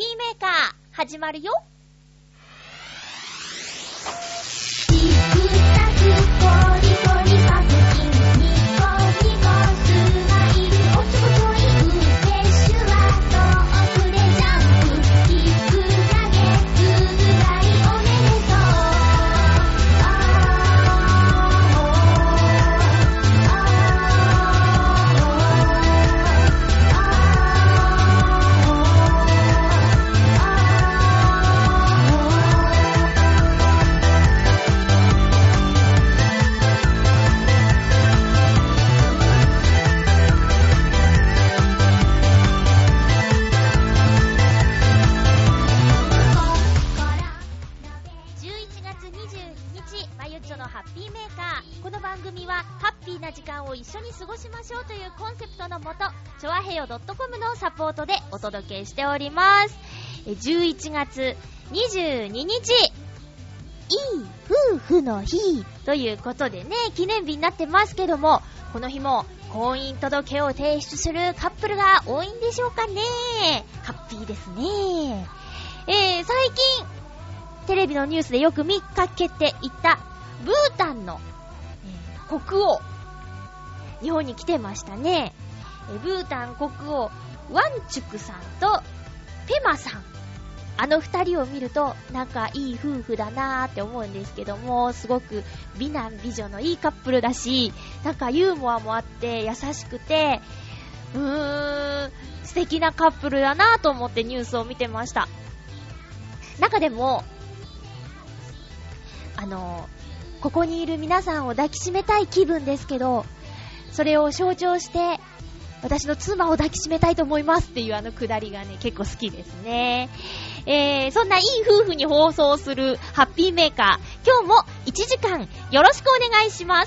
ーメーカー始まるよ。チョアヘヨ .com のサポートでお届けしております。11月22日、いい夫婦の日ということでね、記念日になってますけども、この日も婚姻届を提出するカップルが多いんでしょうかね。ハッピーですね。最近テレビのニュースでよく見かけていたブータンの、国王、日本に来てましたね。ブータン国王ワンチュクさんとペマさん、あの二人を見ると仲いい夫婦だなーって思うんですけども、すごく美男美女のいいカップルだし、なんかユーモアもあって優しくて素敵なカップルだなと思ってニュースを見てました。中でもここにいる皆さんを抱きしめたい気分ですけど、それを象徴して私の妻を抱きしめたいと思いますっていうくだりがね、結構好きですね。そんないい夫婦に放送するハッピーメーカー、今日も1時間よろしくお願いします。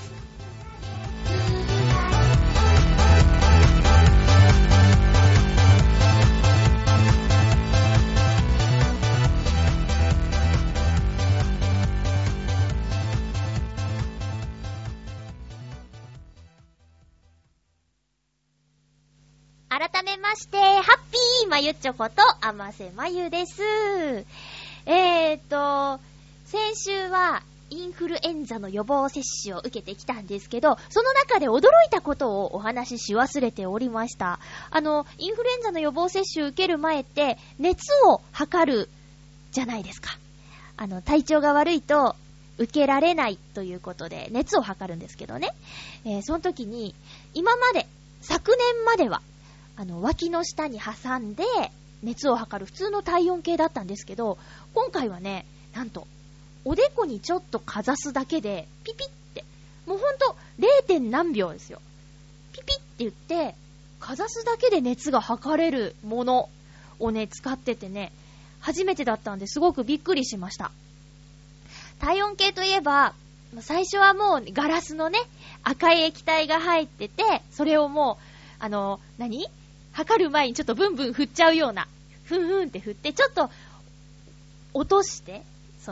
改めまして、ハッピーまゆちょことあませまゆです。先週はインフルエンザの予防接種を受けてきたんですけど、その中で驚いたことをお話しし忘れておりました。インフルエンザの予防接種を受ける前って熱を測るじゃないですか。体調が悪いと受けられないということで熱を測るんですけどね。その時に昨年までは脇の下に挟んで熱を測る普通の体温計だったんですけど、今回はね、なんとおでこにちょっとかざすだけでピピって、もうほんと 0. 何秒ですよ。ピピって言ってかざすだけで熱が測れるものをね使っててね、初めてだったんですごくびっくりしました。体温計といえば最初はもうガラスのね赤い液体が入ってて、それをもう測る前にちょっとブンブン振っちゃうような、ふんふんって振ってちょっと落として、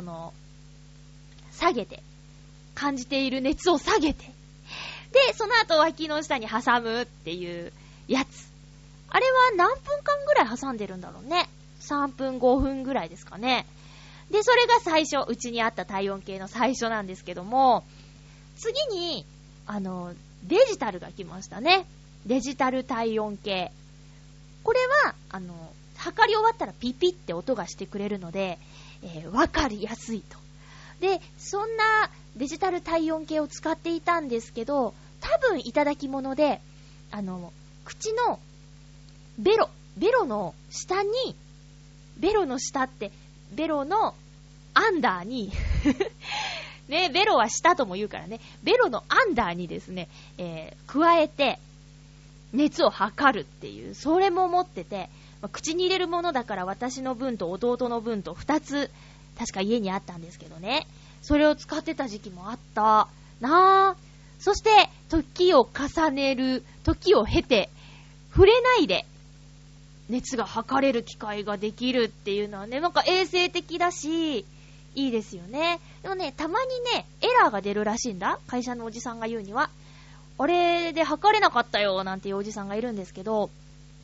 下げて、感じている熱を下げて、でその後脇の下に挟むっていうやつ。あれは何分間ぐらい挟んでるんだろうね。3分5分ぐらいですかね。でそれが最初、うちにあった体温計の最初なんですけども、次にデジタルが来ましたね。デジタル体温計。これは測り終わったらピピって音がしてくれるので、わかりやすいと。でそんなデジタル体温計を使っていたんですけど、多分いただき物で口のベロの下に、ベロの下ってベロのアンダーにね、ベロは下とも言うからね、ベロのアンダーにですね、加えて熱を測るっていう、それも持ってて、口に入れるものだから私の分と弟の分と2つ確か家にあったんですけどね、それを使ってた時期もあったなぁ。そして時を重ねる、時を経て触れないで熱が測れる機会ができるっていうのはね、なんか衛生的だしいいですよね。でもね、たまにねエラーが出るらしいんだ、会社のおじさんが言うには。あれで測れなかったよなんていうおじさんがいるんですけど、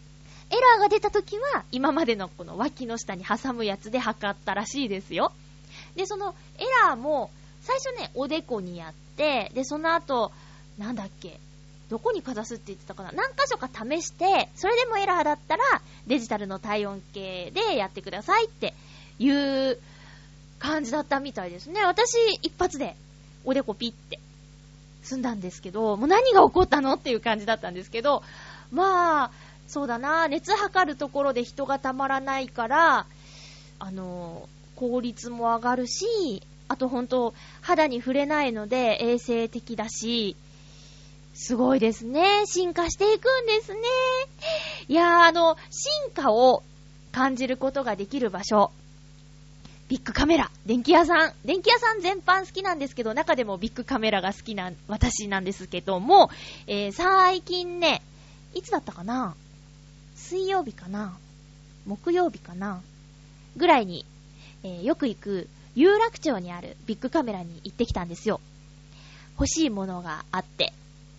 エラーが出た時は、今までのこの脇の下に挟むやつで測ったらしいですよ。で、そのエラーも、最初ね、おでこにやって、で、その後、なんだっけ、どこにかざすって言ってたかな、何箇所か試して、それでもエラーだったら、デジタルの体温計でやってくださいっていう感じだったみたいですね。私、一発で、おでこピッて、済んだんですけど、もう何が起こったのっていう感じだったんですけど、まあ、そうだな、熱測るところで人がたまらないから、効率も上がるし、あと本当肌に触れないので衛生的だし、すごいですね。進化していくんですね。いやー、進化を感じることができる場所。ビッグカメラ、電気屋さん全般好きなんですけど、中でもビッグカメラが好きな私なんですけども、最近ね、いつだったかな、水曜日かな、木曜日かなぐらいに、よく行く有楽町にあるビッグカメラに行ってきたんですよ。欲しいものがあって、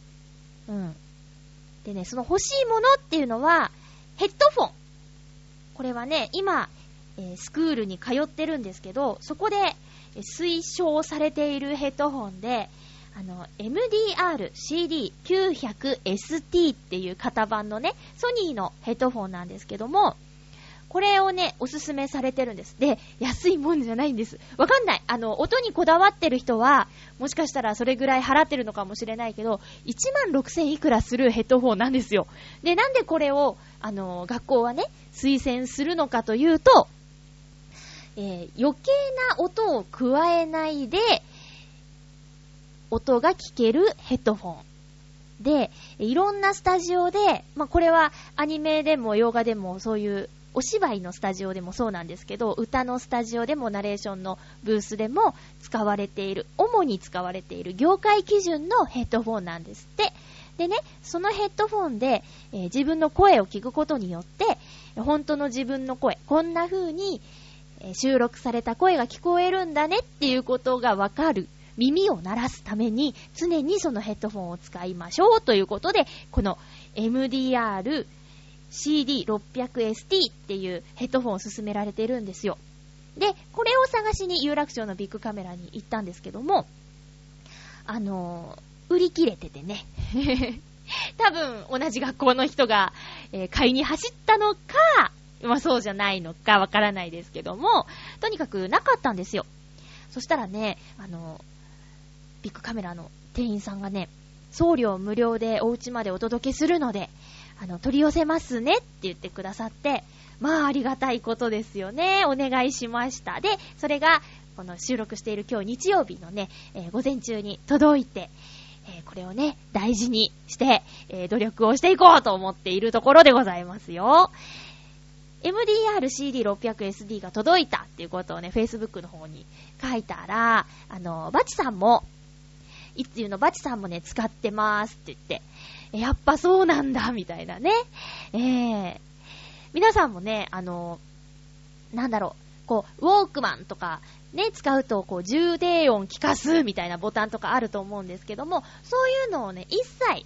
でね、その欲しいものっていうのはヘッドフォン。これはね、今、スクールに通ってるんですけど、そこで推奨されているヘッドフォンで、MDR CD900ST っていう型番のね、ソニーのヘッドフォンなんですけども、これをね、おすすめされてるんです。で、安いもんじゃないんです。わかんない。音にこだわってる人は、もしかしたらそれぐらい払ってるのかもしれないけど、16,000いくらするヘッドフォンなんですよ。で、なんでこれを、学校はね、推薦するのかというと、余計な音を加えないで、音が聞けるヘッドフォン。で、いろんなスタジオで、これはアニメでも洋画でもそういうお芝居のスタジオでもそうなんですけど、歌のスタジオでもナレーションのブースでも主に使われている業界基準のヘッドフォンなんですって。でね、そのヘッドフォンで、自分の声を聞くことによって、本当の自分の声、こんな風に、収録された声が聞こえるんだねっていうことがわかる。耳を鳴らすために常にそのヘッドフォンを使いましょうということで、この MDR CD600ST っていうヘッドフォンを勧められているんですよ。で、これを探しに有楽町のビッグカメラに行ったんですけども、売り切れててね多分同じ学校の人が、買いに走ったのか、そうじゃないのかわからないですけども、とにかくなかったんですよ。そしたらね、ビッグカメラの店員さんがね、送料無料でお家までお届けするので、取り寄せますねって言ってくださって、ありがたいことですよね。お願いしました。で、それが、この収録している今日日曜日のね、午前中に届いて、これをね、大事にして、努力をしていこうと思っているところでございますよ。MDR CD600SD が届いたっていうことをね、Facebook の方に書いたら、バチさんも、いついうのバチさんもね、使ってますって言って、やっぱそうなんだ、みたいなね。皆さんもね、なんだろう、ウォークマンとか、ね、使うと、重低音聞かすみたいなボタンとかあると思うんですけども、そういうのをね、一切、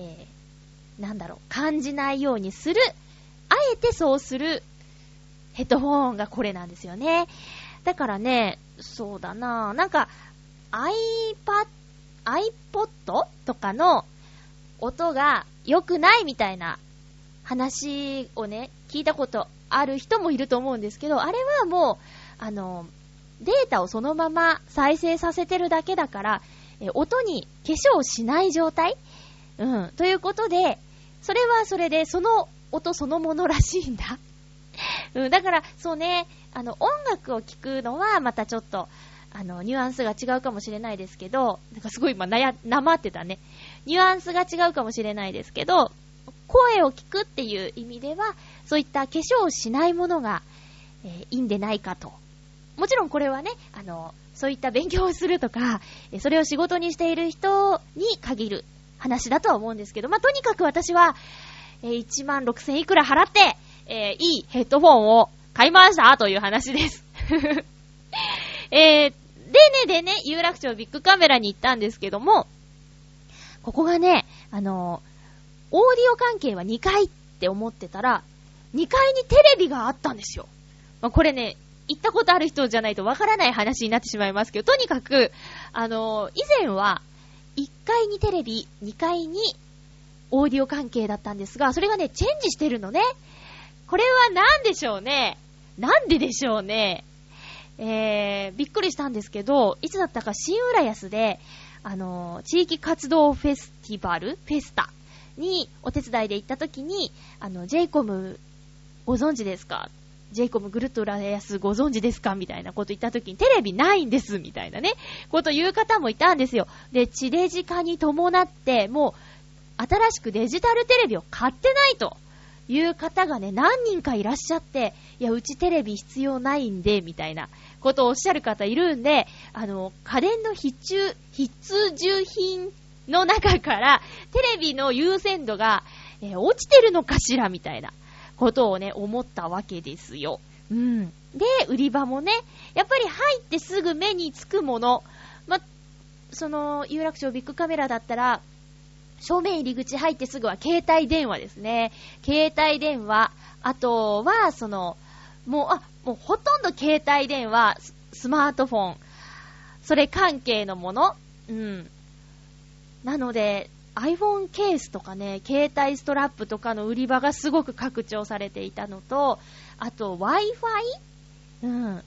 感じないようにする、あえてそうするヘッドフォンがこれなんですよね。だからね、そうだな、iPod とかの音が良くないみたいな話をね、聞いたことある人もいると思うんですけど、あれはもう、データをそのまま再生させてるだけだから、音に化粧しない状態、ということで、それはそれでその音そのものらしいんだ。だから、そうね、音楽を聴くのはまたちょっと、ニュアンスが違うかもしれないですけど、なんかすごい今なまってたね。ニュアンスが違うかもしれないですけど、声を聞くっていう意味では、そういった化粧をしないものが、いいんでないかと。もちろんこれはね、そういった勉強をするとか、それを仕事にしている人に限る話だとは思うんですけど、とにかく私は、16,000いくら払って、いいヘッドフォンを買いましたという話です。でね、有楽町ビッグカメラに行ったんですけども、ここがね、オーディオ関係は2階って思ってたら、 2階にテレビがあったんですよ。まあ、これね、行ったことある人じゃないとわからない話になってしまいますけど、とにかく、以前は、1階にテレビ、2階にオーディオ関係だったんですが、それがね、チェンジしてるのね。これはなんでしょうね。なんででしょうね。びっくりしたんですけど、いつだったか新浦安で、地域活動フェスタにお手伝いで行った時に、J-COM ご存知ですか？ J-COM ぐるっと浦安ご存知ですかみたいなこと言った時に、テレビないんですみたいなね、こと言う方もいたんですよ。で、地デジ化に伴って、もう、新しくデジタルテレビを買ってないという方がね、何人かいらっしゃって、いや、うちテレビ必要ないんで、みたいなことをおっしゃる方いるんで、家電の必需品の中から、テレビの優先度が、落ちてるのかしらみたいなことをね、思ったわけですよ。うん。で、売り場もね、やっぱり入ってすぐ目につくもの、有楽町ビッグカメラだったら、正面入り口入ってすぐは携帯電話ですね。携帯電話、あとは、もうほとんど携帯電話、スマートフォン、それ関係のもの。うん。なので、iPhone ケースとかね、携帯ストラップとかの売り場がすごく拡張されていたのと、あと Wi-Fi？ うん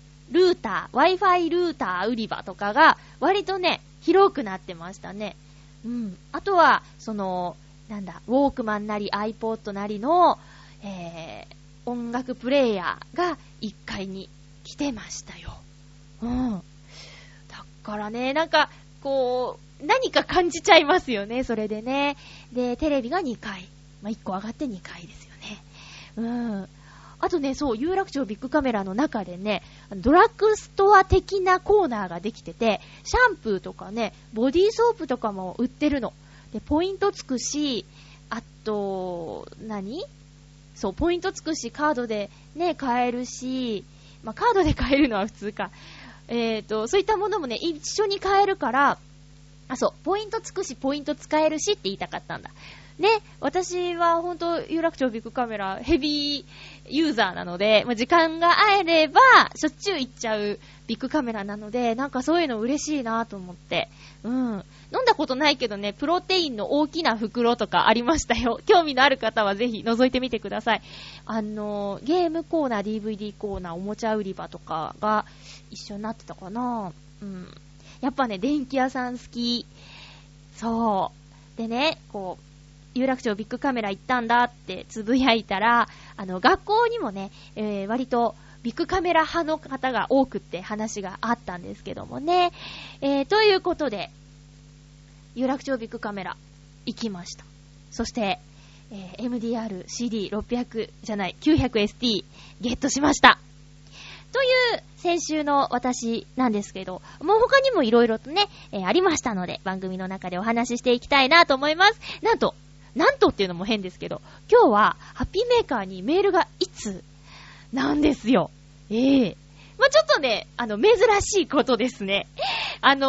。Wi-Fi ルーター売り場とかが割とね、広くなってましたね。うん。あとは、ウォークマンなり iPod なりの、音楽プレイヤーが1階に来てましたよ。うん。だからね、何か感じちゃいますよね、それでね。で、テレビが2階。1個上がって2階ですよね。うん。あとね、有楽町ビッグカメラの中でね、ドラッグストア的なコーナーができてて、シャンプーとかね、ボディーソープとかも売ってるの。で、ポイントつくし、あと、ポイントつくし、カードでね、買えるし、カードで買えるのは普通か。そういったものもね、一緒に買えるから、ポイントつくし、ポイント使えるしって言いたかったんだ。ね、私は本当有楽町ビッグカメラヘビーユーザーなので、時間があればしょっちゅう行っちゃうビッグカメラなので、そういうの嬉しいなと思って。うん。飲んだことないけどね、プロテインの大きな袋とかありましたよ。興味のある方はぜひ覗いてみてください。ゲームコーナー、DVD コーナー、おもちゃ売り場とかが一緒になってたかな。うん。やっぱね、電気屋さん好き。そう。でね、有楽町ビッグカメラ行ったんだってつぶやいたら、学校にもね、割とビッグカメラ派の方が多くって話があったんですけどもね。ということで、有楽町ビッグカメラ行きました。そして、MDR CD600 じゃない、900ST ゲットしました。という先週の私なんですけど、もう他にもいろいろとね、ありましたので、番組の中でお話ししていきたいなと思います。なんとっていうのも変ですけど、今日はハッピーメーカーにメールがいつなんですよ。ちょっとね、珍しいことですね。メール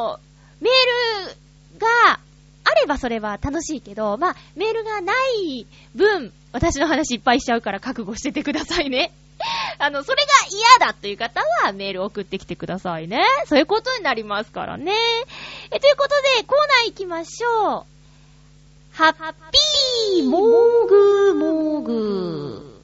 があればそれは楽しいけど、メールがない分、私の話いっぱいしちゃうから覚悟しててくださいね。それが嫌だという方はメール送ってきてくださいね。そういうことになりますからね。ということで、コーナー行きましょう。ハッピーモグモグ。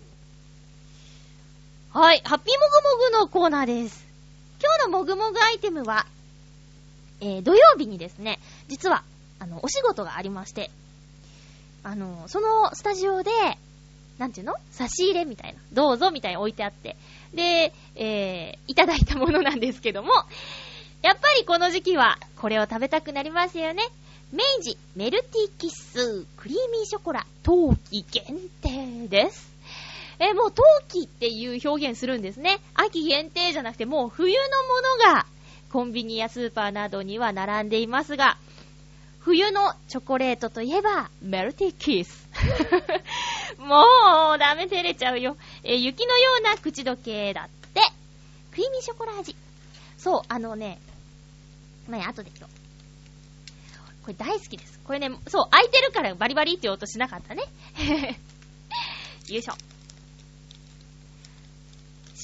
はい、ハッピーモグモグのコーナーです。今日のモグモグアイテムは、土曜日にですね、実はお仕事がありまして、そのスタジオで差し入れみたいな、どうぞみたいに置いてあって、で、いただいたものなんですけども、やっぱりこの時期はこれを食べたくなりますよね。明治メルティキッスクリーミーショコラ冬季限定です。もう冬季っていう表現するんですね。秋限定じゃなくてもう冬のものがコンビニやスーパーなどには並んでいますが、冬のチョコレートといえばメルティキッス。もうダメ照れちゃうよ。雪のような口どけだって。クリーミーショコラ味。そう、後で今日。これ大好きです。これね、そう、開いてるからバリバリって音しなかったね。よいしょ。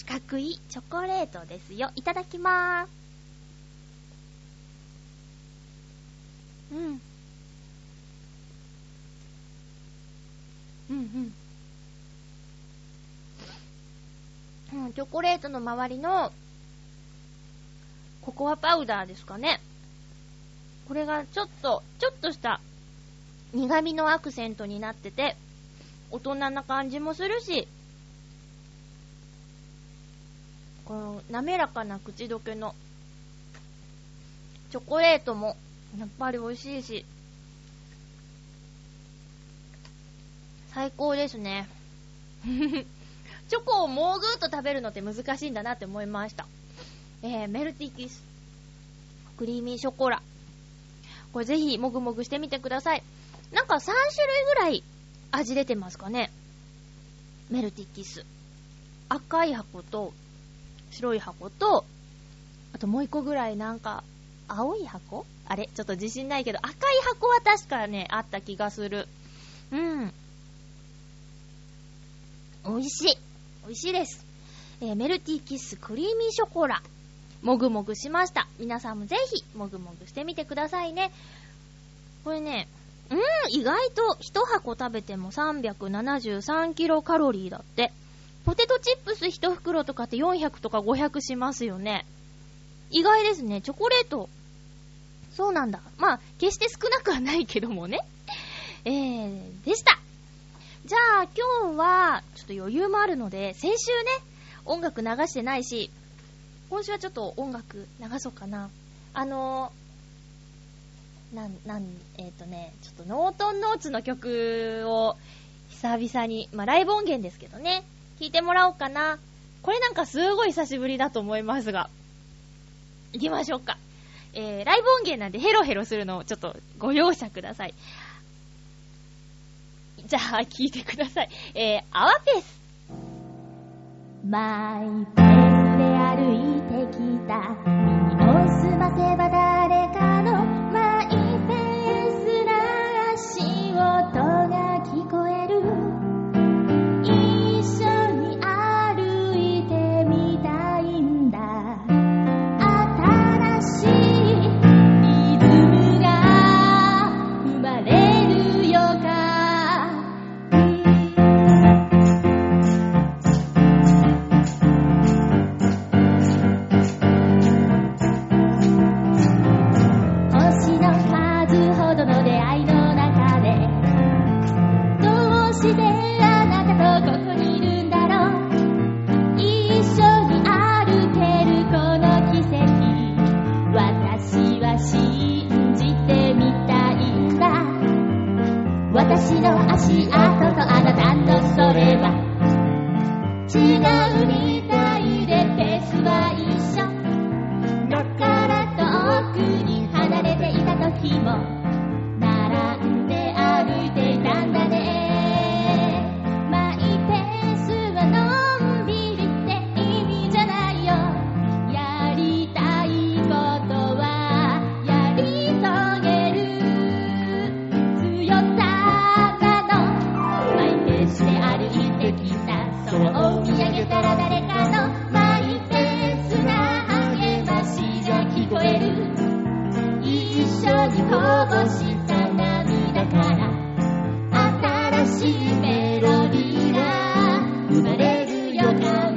四角いチョコレートですよ。いただきまーす。うんチョコレートの周りのココアパウダーですかね。これがちょっとした苦味のアクセントになってて、大人な感じもするし、この滑らかな口どけのチョコレートもやっぱり美味しいし、最高ですね。チョコをもうぐーっと食べるのって難しいんだなって思いました。メルティキスクリーミーショコラ、これぜひもぐもぐしてみてください。なんか3種類ぐらい味出てますかね。メルティキス、赤い箱と白い箱と、あともう一個ぐらいなんか青い箱、あれちょっと自信ないけど、赤い箱は確かねあった気がする。美味しいです。メルティキスクリーミーショコラ、もぐもぐしました。皆さんもぜひもぐもぐしてみてくださいね。これね、意外と1箱食べても373キロカロリーだって。ポテトチップス1袋とかって400とか500しますよね。意外ですね。チョコレート、そうなんだ。まあ決して少なくはないけどもね。でした。じゃあ今日はちょっと余裕もあるので、先週ね音楽流してないし、今週はちょっと音楽流そうかな。ちょっとノートンノーツの曲を久々に、ライブ音源ですけどね、聴いてもらおうかな。これなんかすごい久しぶりだと思いますが、行きましょうか。ライブ音源なんでヘロヘロするのをちょっとご容赦ください。じゃあ聴いてください。アワペース。マイペースで歩いてきた、耳を澄ませば誰かのマイペースな足音が聞こえる。一緒に歩いてみたいんだ。新しいリズムが生まれる予感。私の足跡とあなたのそれは違うみたいで、ペースは一緒だから遠くに離れていた時も並んで歩いていたんだね。マイペースはのんびりって意味じゃないよ。やりたいことはやり遂げる強さ。歩いてきた空を見上げたら誰かのマイペースな励ましが聞こえる。一緒にこぼした涙から新しいメロディーが生まれる予感。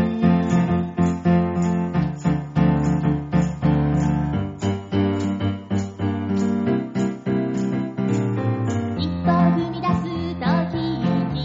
一歩踏み出す時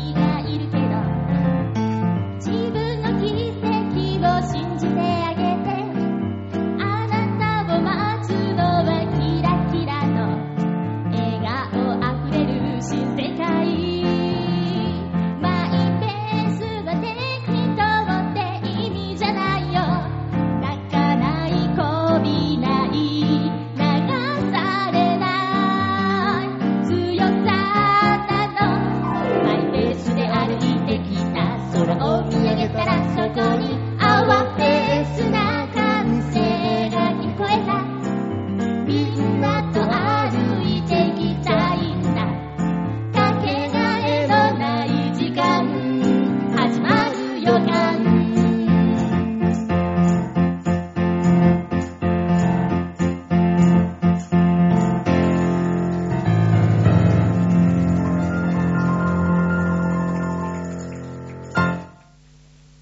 信じてあげて、あなたを待つのはキラキラの笑顔あふれる新世界。マイペースは適当って意味じゃないよ。泣かない、こびない、流されない強さなの。マイペースで歩いてきた空を見上げたらそこにアワペースな歓声が聞こえた。みんなと歩いていきたいんだ。かけがえのない時間始まる予感。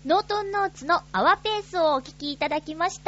ノートンノーツのアワペースをお聞きいただきました。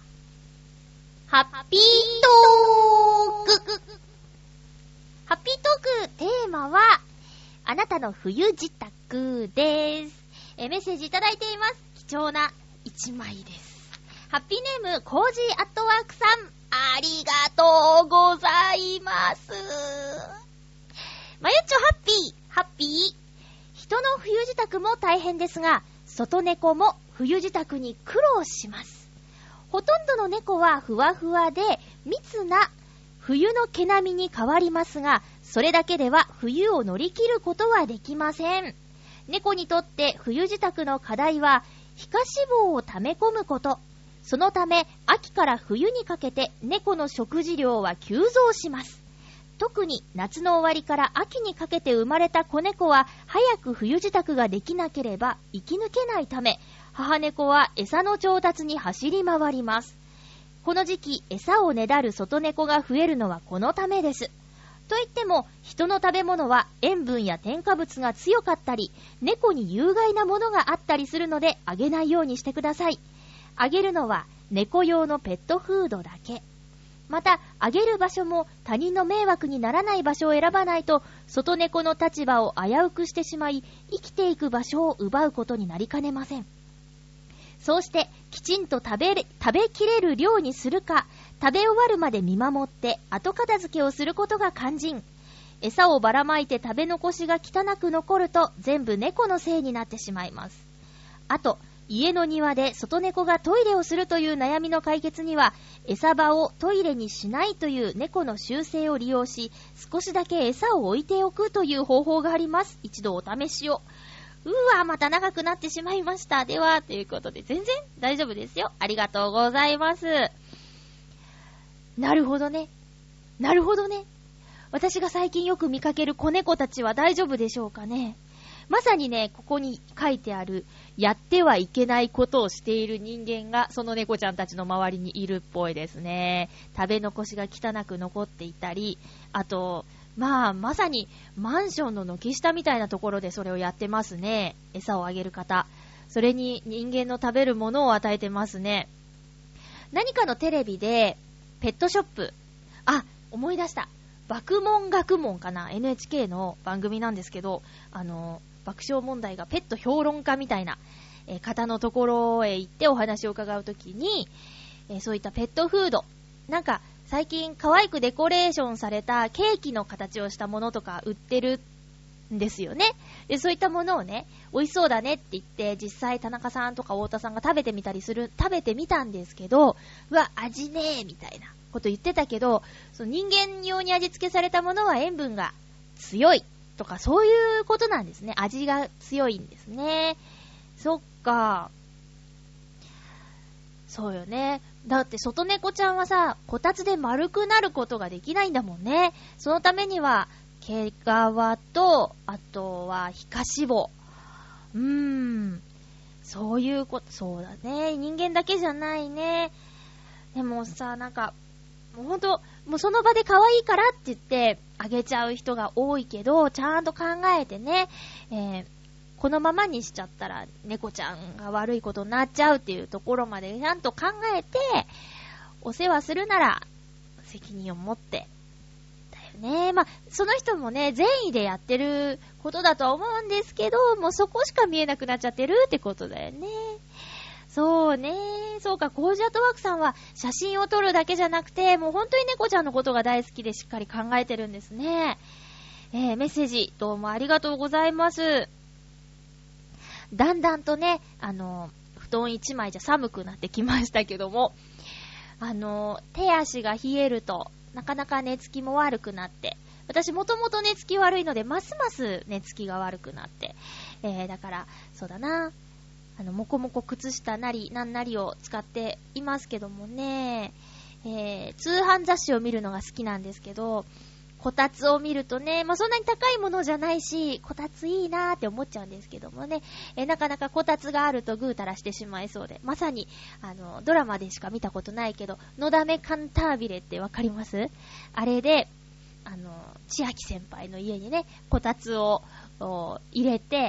ハッピートーク。ハッピートークテーマは、あなたの冬支度です。メッセージいただいています。貴重な1枚です。ハッピーネーム、コージーアットワークさん、ありがとうございます。まゆっちょハッピー、ハッピー。人の冬支度も大変ですが、外猫も冬支度に苦労します。ほとんどの猫はふわふわで密な冬の毛並みに変わりますが、それだけでは冬を乗り切ることはできません。猫にとって冬支度の課題は皮下脂肪を溜め込むこと。そのため秋から冬にかけて猫の食事量は急増します。特に夏の終わりから秋にかけて生まれた子猫は早く冬支度ができなければ生き抜けないため、母猫は餌の調達に走り回ります。この時期餌をねだる外猫が増えるのはこのためです。といっても人の食べ物は塩分や添加物が強かったり、猫に有害なものがあったりするのであげないようにしてください。あげるのは猫用のペットフードだけ。また、あげる場所も他人の迷惑にならない場所を選ばないと、外猫の立場を危うくしてしまい、生きていく場所を奪うことになりかねません。そうして、きちんと食べきれる量にするか、食べ終わるまで見守って後片付けをすることが肝心。餌をばらまいて食べ残しが汚く残ると、全部猫のせいになってしまいます。あと、家の庭で外猫がトイレをするという悩みの解決には、餌場をトイレにしないという猫の習性を利用し、少しだけ餌を置いておくという方法があります。一度お試しを。また長くなってしまいました。では、ということで、全然大丈夫ですよ。ありがとうございます。なるほどね。なるほどね。私が最近よく見かける子猫たちは大丈夫でしょうかね。まさにね、ここに書いてある、やってはいけないことをしている人間が、その猫ちゃんたちの周りにいるっぽいですね。食べ残しが汚く残っていたり、あと、まさにマンションの軒下みたいなところでそれをやってますね。餌をあげる方。それに人間の食べるものを与えてますね。何かのテレビで、ペットショップ。思い出した。爆問学問かな ?NHK の番組なんですけど、爆笑問題がペット評論家みたいな、方のところへ行ってお話を伺うときに、そういったペットフード、なんか最近可愛くデコレーションされたケーキの形をしたものとか売ってるんですよね。で、そういったものをね、美味しそうだねって言って、実際田中さんとか太田さんが食べてみたんですけど、味ねーみたいなこと言ってたけど、その人間用に味付けされたものは塩分が強いとかそういうことなんですね。味が強いんですね。そっか。そうよね。だって外猫ちゃんはさ、こたつで丸くなることができないんだもんね。そのためには毛皮と、あとは皮下脂肪。そういうこと、そうだね。人間だけじゃないね。でもさ、なんかもうほんと、もうその場で可愛いからって言ってあげちゃう人が多いけど、ちゃんと考えてね、このままにしちゃったら猫ちゃんが悪いことになっちゃうっていうところまでちゃんと考えてお世話するなら責任を持ってだよね。その人もね、善意でやってることだとは思うんですけど、もうそこしか見えなくなっちゃってるってことだよね。そうね。そうか、コージアットワークさんは写真を撮るだけじゃなくて、もう本当に猫ちゃんのことが大好きでしっかり考えてるんですね。メッセージどうもありがとうございます。だんだんとね、布団一枚じゃ寒くなってきましたけども、手足が冷えるとなかなか寝つきも悪くなって、私もともと寝つき悪いのでますます寝つきが悪くなって、だからそうだな、もこもこ靴下なりなんなりを使っていますけどもね、通販雑誌を見るのが好きなんですけど、こたつを見るとね、そんなに高いものじゃないし、こたついいなーって思っちゃうんですけどもね、なかなかこたつがあるとぐうたらしてしまいそうで、まさにドラマでしか見たことないけど、のだめカンタービレってわかります？あれで千秋先輩の家にね、こたつを入れて、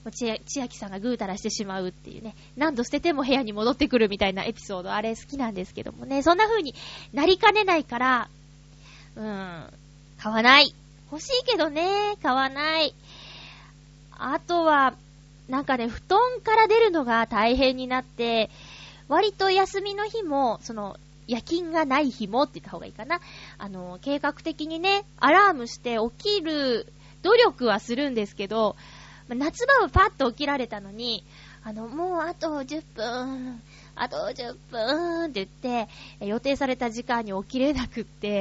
千秋さんがぐうたらしてしまうっていうね、何度捨てても部屋に戻ってくるみたいなエピソード、あれ好きなんですけどもね、そんな風になりかねないから、買わない。欲しいけどね、買わない。あとは、なんかね、布団から出るのが大変になって、割と休みの日も、夜勤がない日もって言った方がいいかな。計画的にね、アラームして起きる努力はするんですけど、夏場はパッと起きられたのに、もうあと10分って言って、予定された時間に起きれなくって、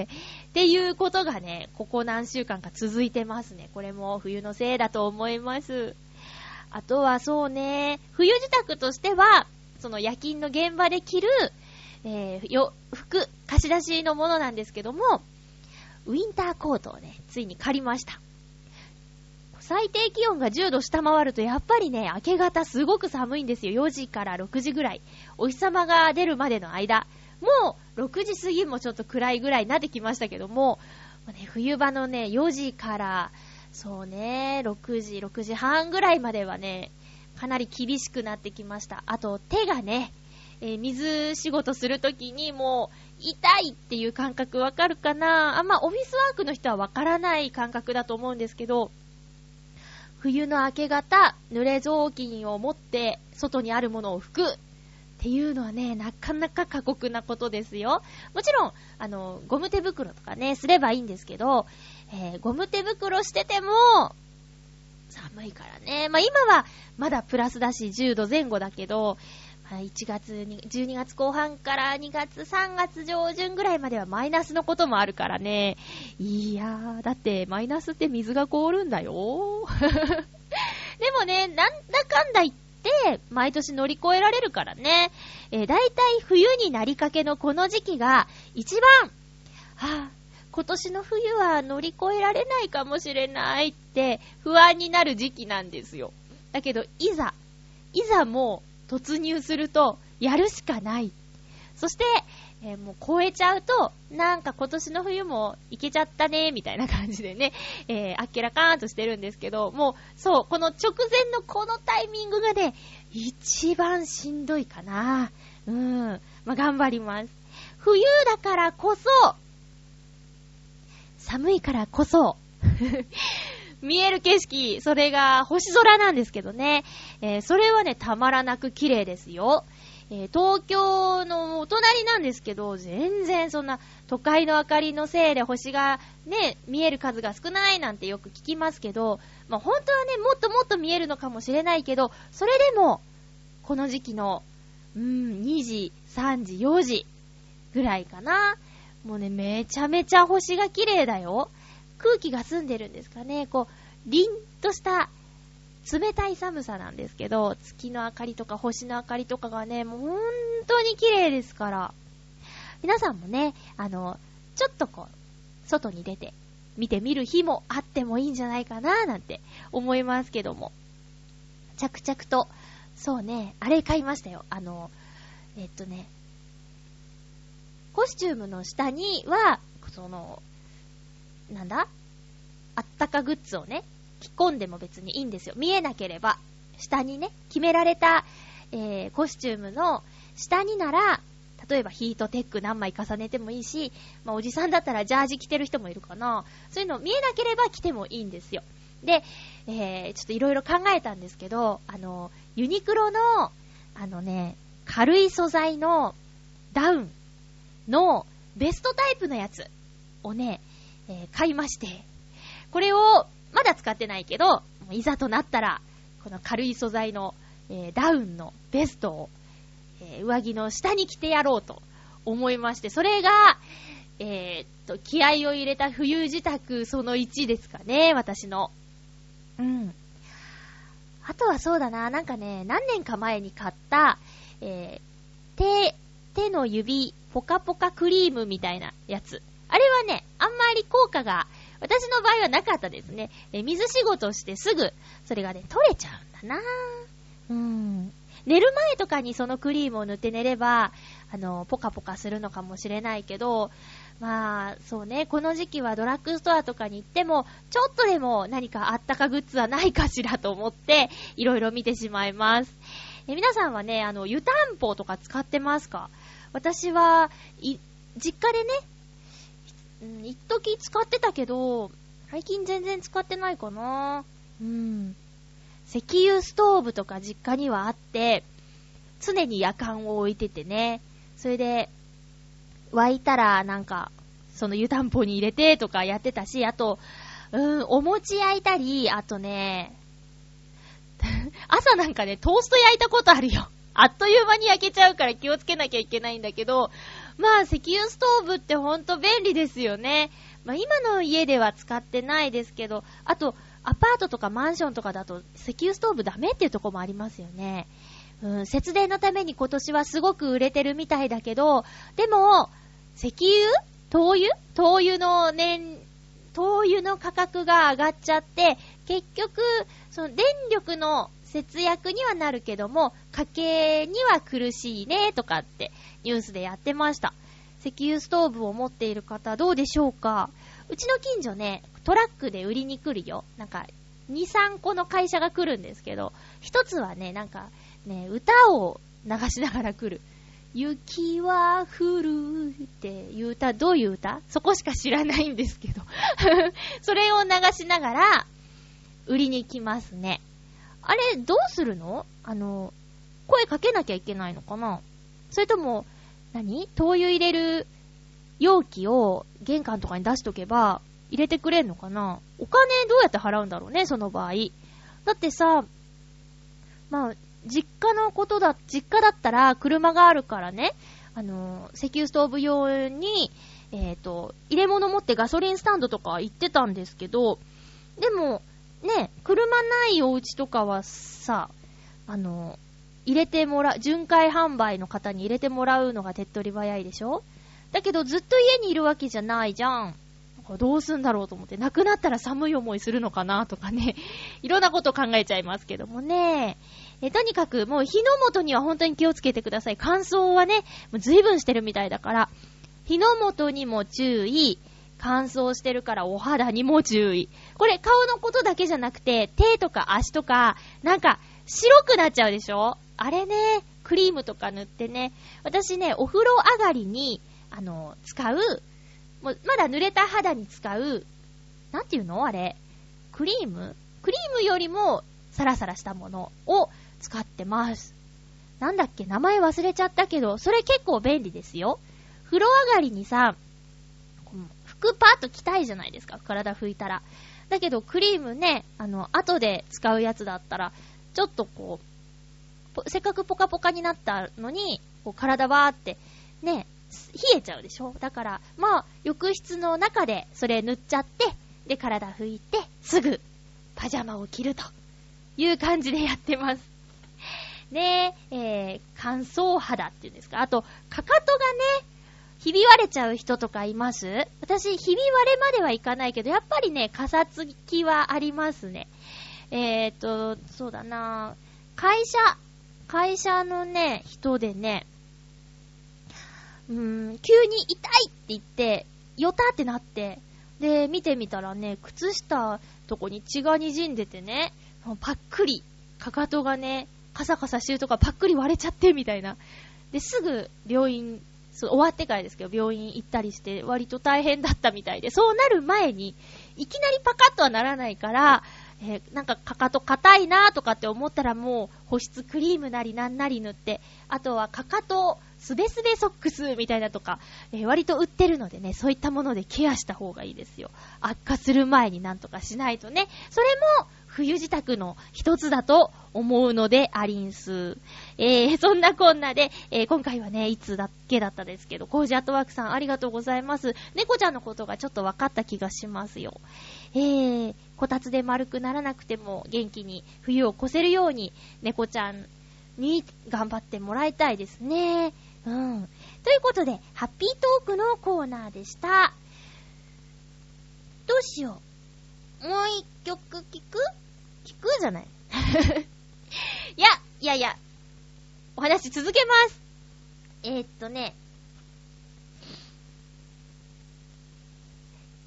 っていうことがね、ここ何週間か続いてますね。これも冬のせいだと思います。あとはそうね、冬支度としては、夜勤の現場で着る、服、貸し出しのものなんですけども、ウィンターコートをね、ついに借りました。最低気温が10度下回るとやっぱりね、明け方すごく寒いんですよ。4時から6時ぐらい。お日様が出るまでの間。もう6時過ぎもちょっと暗いぐらいになってきましたけども、冬場のね、4時から、そうね、6時半ぐらいまではね、かなり厳しくなってきました。あと手がね、水仕事するときにもう痛いっていう感覚わかるかな？オフィスワークの人はわからない感覚だと思うんですけど、冬の明け方、濡れ雑巾を持って外にあるものを拭くっていうのはね、なかなか過酷なことですよ。もちろん、ゴム手袋とかね、すればいいんですけど、ゴム手袋してても、寒いからね。今はまだプラスだし10度前後だけど、1月に、12月後半から2月、3月上旬ぐらいまではマイナスのこともあるからね。いやー、だってマイナスって水が凍るんだよ。でもね、なんだかんだ言って、毎年乗り越えられるからね。だいたい冬になりかけのこの時期が一番、今年の冬は乗り越えられないかもしれないって不安になる時期なんですよ。だけど、いざもう、突入するとやるしかない。そして、もう超えちゃうとなんか今年の冬もいけちゃったねみたいな感じでね、あっけらかーんとしてるんですけど、もうそうこの直前のこのタイミングがね一番しんどいかな。頑張ります。冬だからこそ、寒いからこそ見える景色、それが星空なんですけどね、それはねたまらなく綺麗ですよ。東京のお隣なんですけど、全然そんな都会の明かりのせいで星がね見える数が少ないなんてよく聞きますけど、本当はねもっともっと見えるのかもしれないけど、それでもこの時期の2時、3時、4時ぐらいかな、もうねめちゃめちゃ星が綺麗だよ。空気が澄んでるんですかね、こう凛とした冷たい寒さなんですけど、月の明かりとか星の明かりとかがねもう本当に綺麗ですから、皆さんもねちょっとこう外に出て見てみる日もあってもいいんじゃないかななんて思いますけども、着々とそうね、あれ買いましたよ。コスチュームの下にはあったかグッズをね着込んでも別にいいんですよ。見えなければ下にね決められた、コスチュームの下になら、例えばヒートテック何枚重ねてもいいし、おじさんだったらジャージ着てる人もいるかな。そういうの見えなければ着てもいいんですよ。で、ちょっといろいろ考えたんですけど、ユニクロの軽い素材のダウンのベストタイプのやつをね、買いまして、これをまだ使ってないけど、いざとなったらこの軽い素材の、ダウンのベストを、上着の下に着てやろうと思いまして、それが気合を入れた冬支度その1ですかね、私の。あとはそうだな、なんかね何年か前に買った、手の指ポカポカクリームみたいなやつ、あれはねあんまり効果が私の場合はなかったですね。水仕事してすぐそれがね取れちゃうんだな。寝る前とかにそのクリームを塗って寝ればポカポカするのかもしれないけど、 まあ、そうね、この時期はドラッグストアとかに行っても、ちょっとでも何かあったかグッズはないかしらと思って、いろいろ見てしまいます。皆さんはね、湯たんぽとか使ってますか？私は、実家でね、一時使ってたけど、最近全然使ってないかな。石油ストーブとか実家にはあって、常に夜間を置いててね、それで、沸いたらなんか、その湯たんぽに入れてとかやってたし、あと、お餅焼いたり、あとね、朝なんかね、トースト焼いたことあるよ。あっという間に焼けちゃうから気をつけなきゃいけないんだけど、まあ石油ストーブってほんと便利ですよね。まあ今の家では使ってないですけど、あとアパートとかマンションとかだと石油ストーブダメっていうとこもありますよね。節電のために今年はすごく売れてるみたいだけど、でも石油？灯油の価格が上がっちゃって、結局その電力の節約にはなるけども家計には苦しいねとかってニュースでやってました。石油ストーブを持っている方どうでしょうか？うちの近所ね、トラックで売りに来るよ。なんか 2,3 個の会社が来るんですけど、一つはね、なんかね、歌を流しながら来る。雪は降るっていう歌、どういう歌？そこしか知らないんですけどそれを流しながら売りに来ますね。あれどうするの？声かけなきゃいけないのかな？それとも灯油入れる容器を玄関とかに出しとけば入れてくれんのかな？お金どうやって払うんだろうね、その場合。だってさ、まあ実家だったら車があるからね、石油ストーブ用に、入れ物持ってガソリンスタンドとか行ってたんですけど、でも、ね、車ないお家とかはさ、入れてもらう、巡回販売の方に入れてもらうのが手っ取り早いでしょ？だけどずっと家にいるわけじゃないじゃん。どうすんだろうと思って、亡くなったら寒い思いするのかなとかね、いろんなこと考えちゃいますけどもね。とにかくもう火の元には本当に気をつけてください。乾燥はね、もう随分してるみたいだから、火の元にも注意、乾燥してるからお肌にも注意。これ顔のことだけじゃなくて、手とか足とか、なんか白くなっちゃうでしょ？あれね、クリームとか塗ってね、私ね、お風呂上がりに、使う、もうまだ濡れた肌に使う、なんていうのあれ、クリームよりもサラサラしたものを使ってます。なんだっけ、名前忘れちゃったけど、それ結構便利ですよ。風呂上がりにさ、服パーッと着たいじゃないですか、体拭いたら。だけどクリームね、後で使うやつだったら、ちょっとこう、せっかくポカポカになったのに、こう体バーってね、冷えちゃうでしょ。だからまあ浴室の中でそれ塗っちゃって、で体拭いてすぐパジャマを着るという感じでやってます。で、乾燥肌っていうんですか。あとかかとがね、ひび割れちゃう人とかいます？私ひび割れまではいかないけど、やっぱりね、かさつきはありますね。そうだな、会社のね、人でね、急に痛いって言って、よたってなって、で、見てみたらね、靴下とこに血が滲んでてね、パックリ、かかとがね、カサカサしてるとかパックリ割れちゃってみたいな。で、すぐ病院、終わってからですけど、病院行ったりして、割と大変だったみたいで、そうなる前に、いきなりパカッとはならないから、なんかかかと硬いなとかって思ったらもう保湿クリームなりなんなり塗って、あとはかかとすべすべソックスみたいなとか、割と売ってるのでね、そういったものでケアした方がいいですよ。悪化する前になんとかしないとね。それも冬支度の一つだと思うのでありんす。そんなこんなで、今回はね、いつだけだったですけど、コージアットワークさんありがとうございます。猫ちゃんのことがちょっと分かった気がしますよ。こたつで丸くならなくても元気に冬を越せるように猫ちゃんに頑張ってもらいたいですね。ということで、ハッピートークのコーナーでした。どうしよう。もう一曲聞くじゃないいや、お話続けます。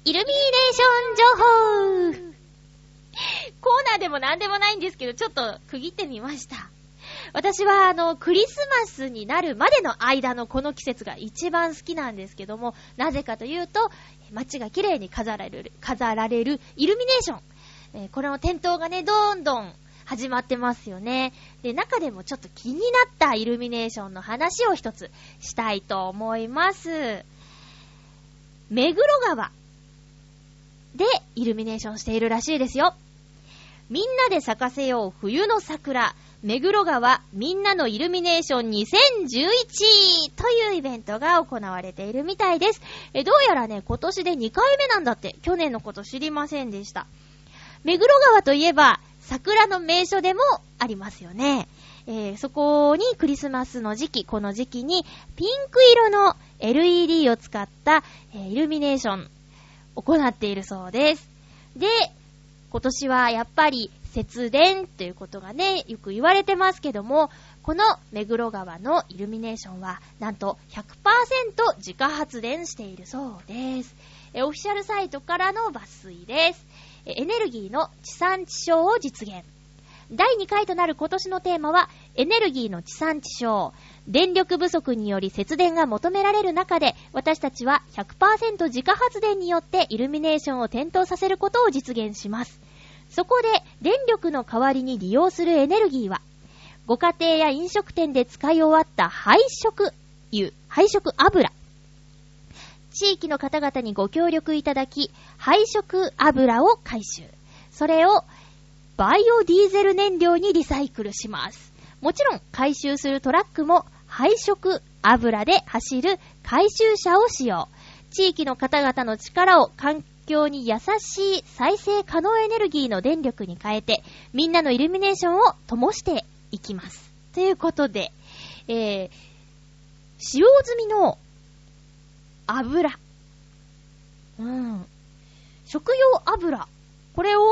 イルミネーション情報。コーナーでもなんでもないんですけど、ちょっと区切ってみました。私はクリスマスになるまでの間のこの季節が一番好きなんですけども、なぜかというと、街が綺麗に飾られるイルミネーション。これの点灯がね、どんどん始まってますよね。で、中でもちょっと気になったイルミネーションの話を一つしたいと思います。目黒川でイルミネーションしているらしいですよ。みんなで咲かせよう冬の桜、目黒川みんなのイルミネーション2011というイベントが行われているみたいです。どうやらね、今年で2回目なんだって。去年のこと知りませんでした。目黒川といえば桜の名所でもありますよね。そこにクリスマスの時期、この時期にピンク色の LED を使った、イルミネーションを行っているそうです。で、今年はやっぱり節電ということがね、よく言われてますけども、この目黒川のイルミネーションはなんと 100% 自家発電しているそうです。オフィシャルサイトからの抜粋です。エネルギーの地産地消を実現。第2回となる今年のテーマはエネルギーの地産地消。電力不足により節電が求められる中で、私たちは 100% 自家発電によってイルミネーションを点灯させることを実現します。そこで電力の代わりに利用するエネルギーは、ご家庭や飲食店で使い終わった廃食油。地域の方々にご協力いただき、廃食油を回収。それをバイオディーゼル燃料にリサイクルします。もちろん回収するトラックも廃食油で走る回収車を使用。地域の方々の力を環境に優しい再生可能エネルギーの電力に変えて、みんなのイルミネーションを灯していきます。ということで、使用済みの油。食用油。これを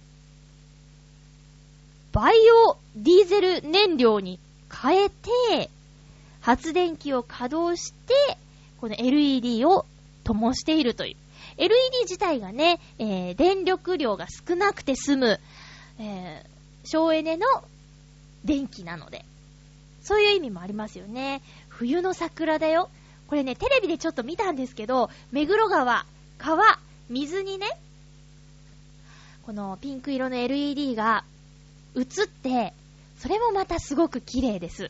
バイオディーゼル燃料に変えて、発電機を稼働して、この LED を灯しているという。LED 自体がね、電力量が少なくて済む、省エネの電気なので、そういう意味もありますよね。冬の桜だよ。これね、テレビでちょっと見たんですけど、目黒川、水にね、このピンク色の LED が映って、それもまたすごく綺麗です。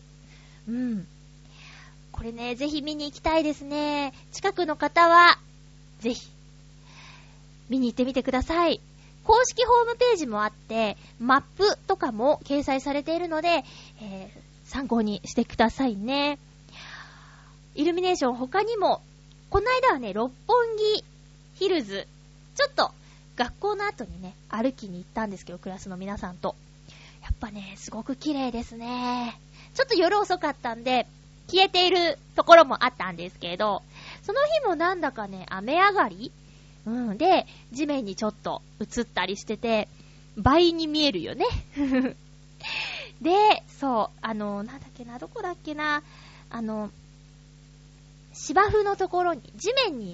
これね、ぜひ見に行きたいですね。近くの方は、ぜひ、見に行ってみてください。公式ホームページもあって、マップとかも掲載されているので、参考にしてくださいね。イルミネーション他にも、この間はね、六本木ヒルズ、ちょっと学校の後にね、歩きに行ったんですけど、クラスの皆さんと。やっぱね、すごく綺麗ですね。ちょっと夜遅かったんで、消えているところもあったんですけど、その日もなんだかね、雨上がりで、地面にちょっと映ったりしてて、倍に見えるよね。で、そう、なんだっけな、どこだっけな、芝生のところに、地面に、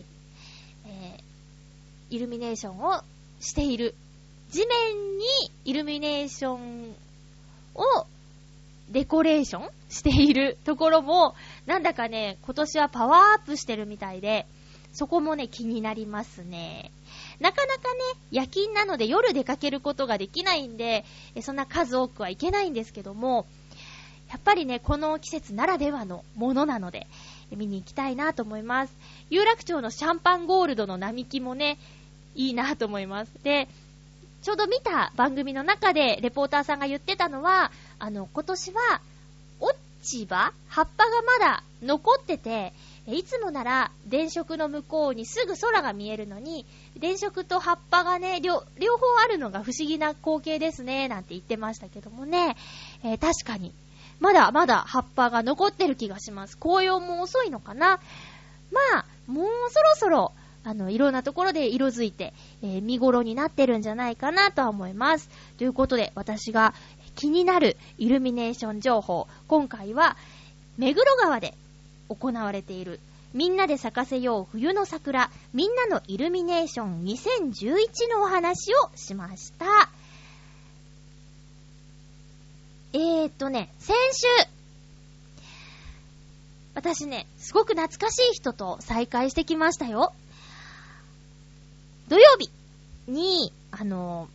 イルミネーションをしている。地面にイルミネーションをデコレーションしているところも、なんだかね、今年はパワーアップしてるみたいで、そこもね、気になりますね。なかなかね、夜勤なので夜出かけることができないんで、そんな数多くはいけないんですけども、やっぱりね、この季節ならではのものなので、見に行きたいなと思います。有楽町のシャンパンゴールドの並木もね、いいなと思います。で、ちょうど見た番組の中でレポーターさんが言ってたのは、今年は落ち葉、葉っぱがまだ残ってて、いつもなら電飾の向こうにすぐ空が見えるのに、電飾と葉っぱがね、両方あるのが不思議な光景ですね、なんて言ってましたけどもね、確かにまだまだ葉っぱが残ってる気がします。紅葉も遅いのかな。まあ、もうそろそろいろんなところで色づいて、見頃になってるんじゃないかなとは思います。ということで、私が気になるイルミネーション情報、今回は目黒川で行われているみんなで咲かせよう冬の桜、みんなのイルミネーション2011のお話をしました。先週、私ね、すごく懐かしい人と再会してきましたよ。土曜日に、中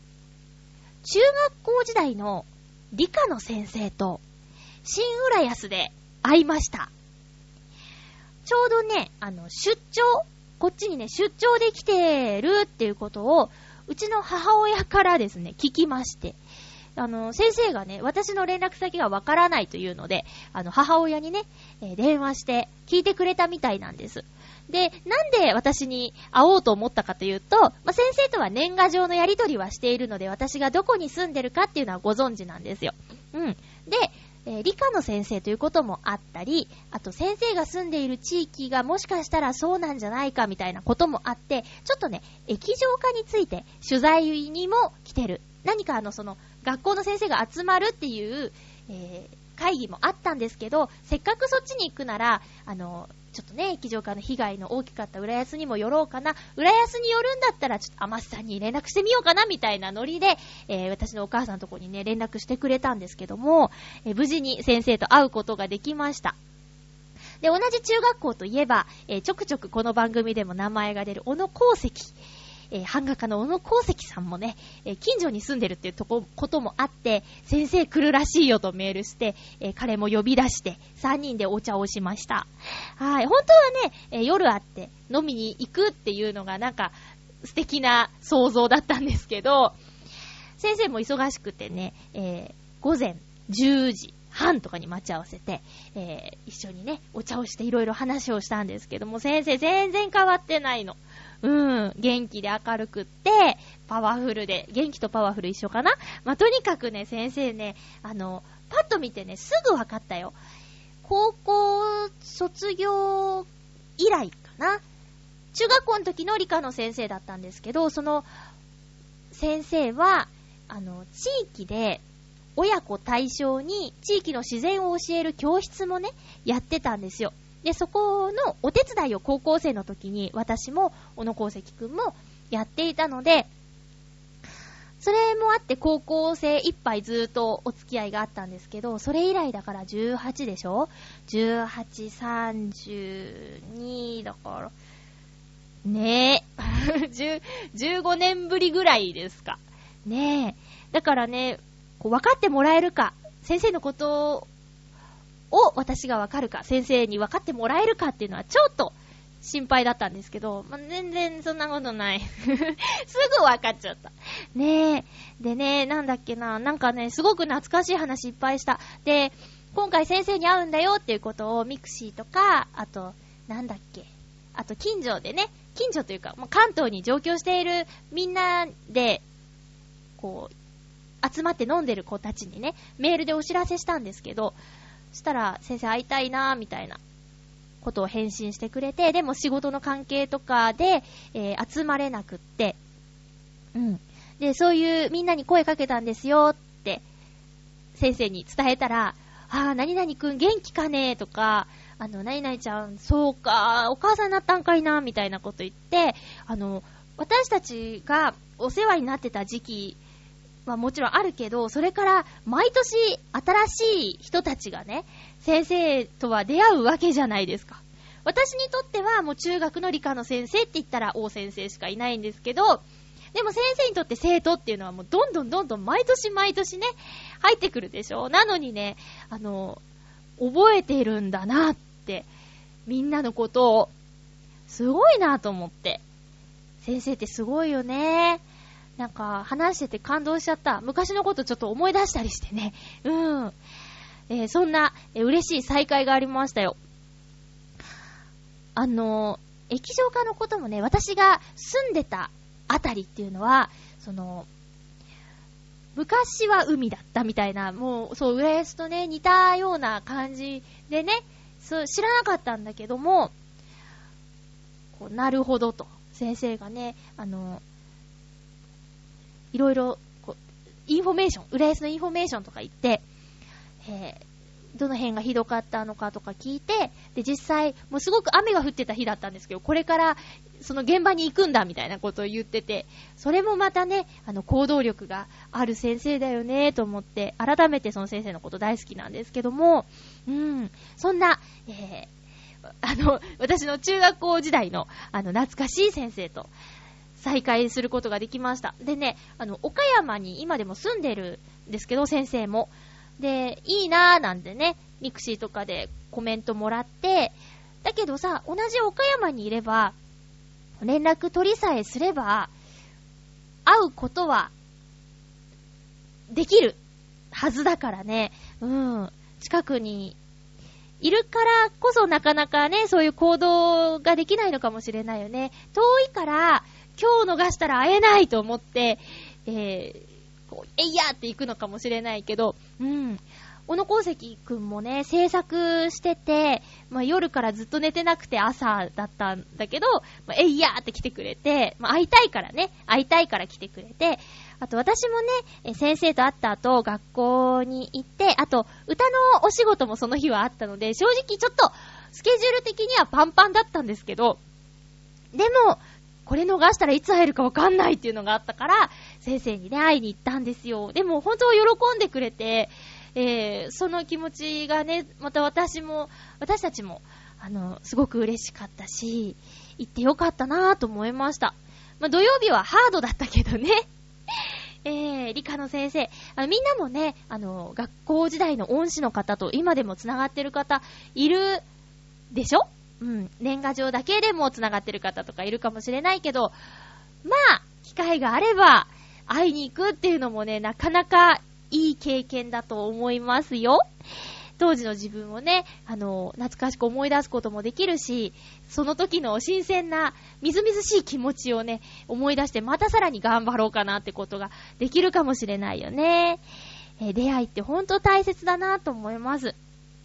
学校時代の理科の先生と、新浦安で会いました。ちょうどね、出張、こっちにね、出張で来てるっていうことを、うちの母親からですね、聞きまして、先生がね、私の連絡先がわからないというので、母親にね、電話して聞いてくれたみたいなんです。で、なんで私に会おうと思ったかというと、先生とは年賀状のやり取りはしているので、私がどこに住んでるかっていうのはご存知なんですよ。で、理科の先生ということもあったり、あと先生が住んでいる地域がもしかしたらそうなんじゃないかみたいなこともあって、ちょっとね、液状化について取材にも来てる。何か学校の先生が集まるっていう、会議もあったんですけど、せっかくそっちに行くなら、ちょっとね、液状化の被害の大きかった浦安にも寄ろうかな。浦安に寄るんだったら、ちょっと天須さんに連絡してみようかな、みたいなノリで、私のお母さんのとこにね、連絡してくれたんですけども、無事に先生と会うことができました。で、同じ中学校といえば、ちょくちょくこの番組でも名前が出る小野功石。版画家の小野功石さんもね、近所に住んでるっていうこともあって、先生来るらしいよとメールして、彼も呼び出して、3人でお茶をしました。はい。本当はね、夜会って飲みに行くっていうのがなんか素敵な想像だったんですけど、先生も忙しくてね、午前10時半とかに待ち合わせて、一緒にね、お茶をしていろいろ話をしたんですけども、先生全然変わってないの。元気で明るくって、パワフルで、元気とパワフル一緒かな？とにかくね、先生ね、パッと見てね、すぐ分かったよ。高校卒業以来かな。中学校の時の理科の先生だったんですけど、その先生は、地域で親子対象に地域の自然を教える教室もね、やってたんですよ。で、そこのお手伝いを高校生の時に私も小野功石くんもやっていたので、それもあって高校生いっぱいずっとお付き合いがあったんですけど、それ以来だから18でしょ ?18、32だから、ねえ、15年ぶりぐらいですか。ねえ。だからね、分かってもらえるか、先生のことを私が分かるか、先生に分かってもらえるかっていうのはちょっと心配だったんですけど、全然そんなことない。すぐ分かっちゃった。ねえ。でね、なんだっけな、なんかね、すごく懐かしい話いっぱいした。で、今回先生に会うんだよっていうことをミクシーとか、あと、なんだっけ、あと近所でね、近所というか、もう関東に上京しているみんなで、こう、集まって飲んでる子たちにね、メールでお知らせしたんですけど、そしたら先生会いたいなーみたいなことを返信してくれて、でも仕事の関係とかで、集まれなくって、で、そういうみんなに声かけたんですよって先生に伝えたら、何々くん元気かねとか、何々ちゃん、そうか、お母さんになったんかいなみたいなこと言って、私たちがお世話になってた時期はもちろんあるけど、それから毎年新しい人たちがね、先生とは出会うわけじゃないですか。私にとってはもう中学の理科の先生って言ったら王先生しかいないんですけど、でも先生にとって生徒っていうのはもうどんどん毎年毎年ね、入ってくるでしょ。なのにね、覚えてるんだなって、みんなのことを、すごいなと思って。先生ってすごいよね。なんか話してて感動しちゃった。昔のことちょっと思い出したりしてね。そんな嬉しい再会がありましたよ。液状化のこともね、私が住んでたあたりっていうのは、昔は海だったみたいな、もうそう浦安とね似たような感じでね、そう知らなかったんだけども、こうなるほどと先生がね、いろいろこうインフォメーション、浦安のインフォメーションとか言って、 どの辺がひどかったのかとか聞いて、で、実際、もうすごく雨が降ってた日だったんですけど、これからその現場に行くんだみたいなことを言ってて、それもまたね、行動力がある先生だよねと思って、改めてその先生のこと大好きなんですけども、そんな、私の中学校時代の、懐かしい先生と再会することができました。でね、岡山に今でも住んでるんですけど、先生も。で、いいなーなんてね、ミクシーとかでコメントもらって、だけどさ、同じ岡山にいれば、連絡取りさえすれば、会うことは、できるはずだからね、近くにいるからこそなかなかね、そういう行動ができないのかもしれないよね。遠いから、今日逃したら会えないと思って、えいやって行くのかもしれないけど、小野功石くんもね、制作してて、夜からずっと寝てなくて朝だったんだけど、えいやって来てくれて、会いたいから来てくれて、あと私もね、先生と会った後、学校に行って、あと、歌のお仕事もその日はあったので、正直ちょっと、スケジュール的にはパンパンだったんですけど、でも、これ逃したらいつ会えるかわかんないっていうのがあったから、先生にね、会いに行ったんですよ。でも、本当喜んでくれて、その気持ちがね、また私たちも、すごく嬉しかったし、行ってよかったなぁと思いました。土曜日はハードだったけどね。理科の先生、みんなもね、学校時代の恩師の方と今でもつながってる方いるでしょ？年賀状だけでもつながってる方とかいるかもしれないけど、機会があれば会いに行くっていうのもね、なかなかいい経験だと思いますよ。当時の自分をね、懐かしく思い出すこともできるし、その時の新鮮な、みずみずしい気持ちをね、思い出して、またさらに頑張ろうかなってことができるかもしれないよね。出会いってほんと大切だなと思います。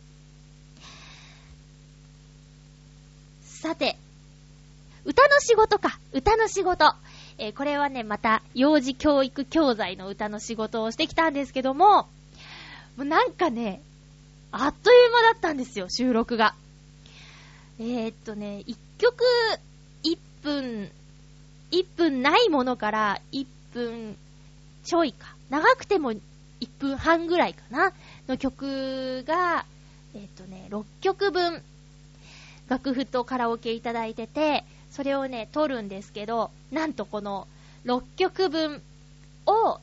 さて、歌の仕事。これはね、また、幼児教育教材の歌の仕事をしてきたんですけども、もうなんかね、あっという間だったんですよ、収録が。1曲1分ないものから1分ちょいか。長くても1分半ぐらいかなの曲が、6曲分、楽譜とカラオケいただいてて、それをね、撮るんですけど、なんとこの6曲分を、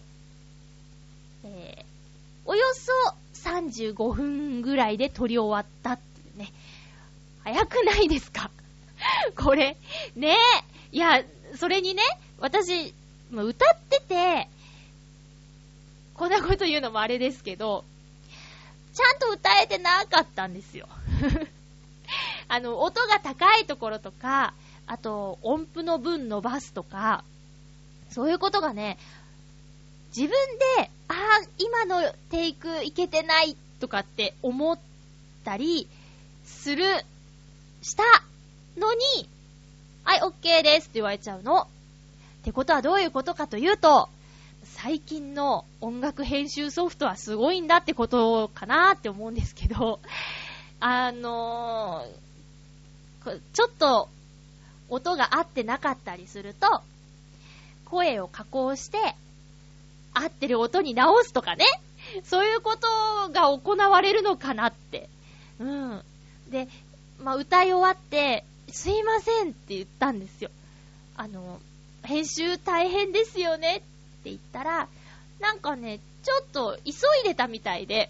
およそ35分ぐらいで撮り終わったっていうね。早くないですかこれ。ねえ。いや、それにね、私、歌ってて、こんなこと言うのもあれですけど、ちゃんと歌えてなかったんですよ。音が高いところとか、あと、音符の分伸ばすとか、そういうことがね、自分で、今のテイクいけてないとかって思ったりしたのに、はい、OK ですって言われちゃうの。ってことはどういうことかというと、最近の音楽編集ソフトはすごいんだってことかなって思うんですけど、ちょっと音が合ってなかったりすると、声を加工して合ってる音に直すとかね、そういうことが行われるのかなって。で、歌い終わってすいませんって言ったんですよ。編集大変ですよねって言ったら、なんかね、ちょっと急いでたみたいで、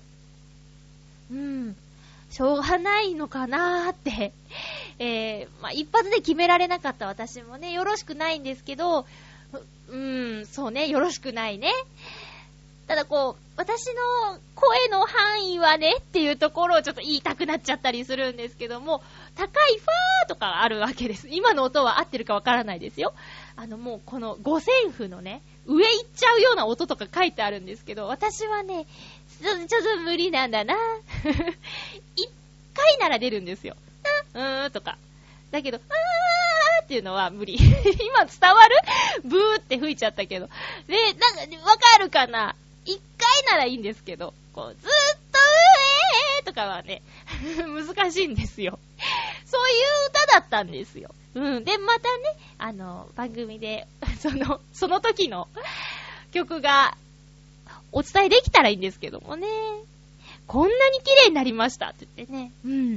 しょうがないのかなーって、一発で決められなかった私もね、よろしくないんですけど、そうね、よろしくないね。ただ私の声の範囲はねっていうところをちょっと言いたくなっちゃったりするんですけども、高いファーとかあるわけです。今の音は合ってるかわからないですよ。もうこの五線譜のね、上行っちゃうような音とか書いてあるんですけど、私はね、ちょっと無理なんだな。一回なら出るんですよ。とか。だけど、っていうのは無理。今伝わる？ブーって吹いちゃったけど。で、わかるかな？一回ならいいんですけど、ずーっとととかはね、難しいんですよ。そういう歌だったんですよ。で、またね、番組で、その時の曲がお伝えできたらいいんですけどもね。こんなに綺麗になりましたって言ってね。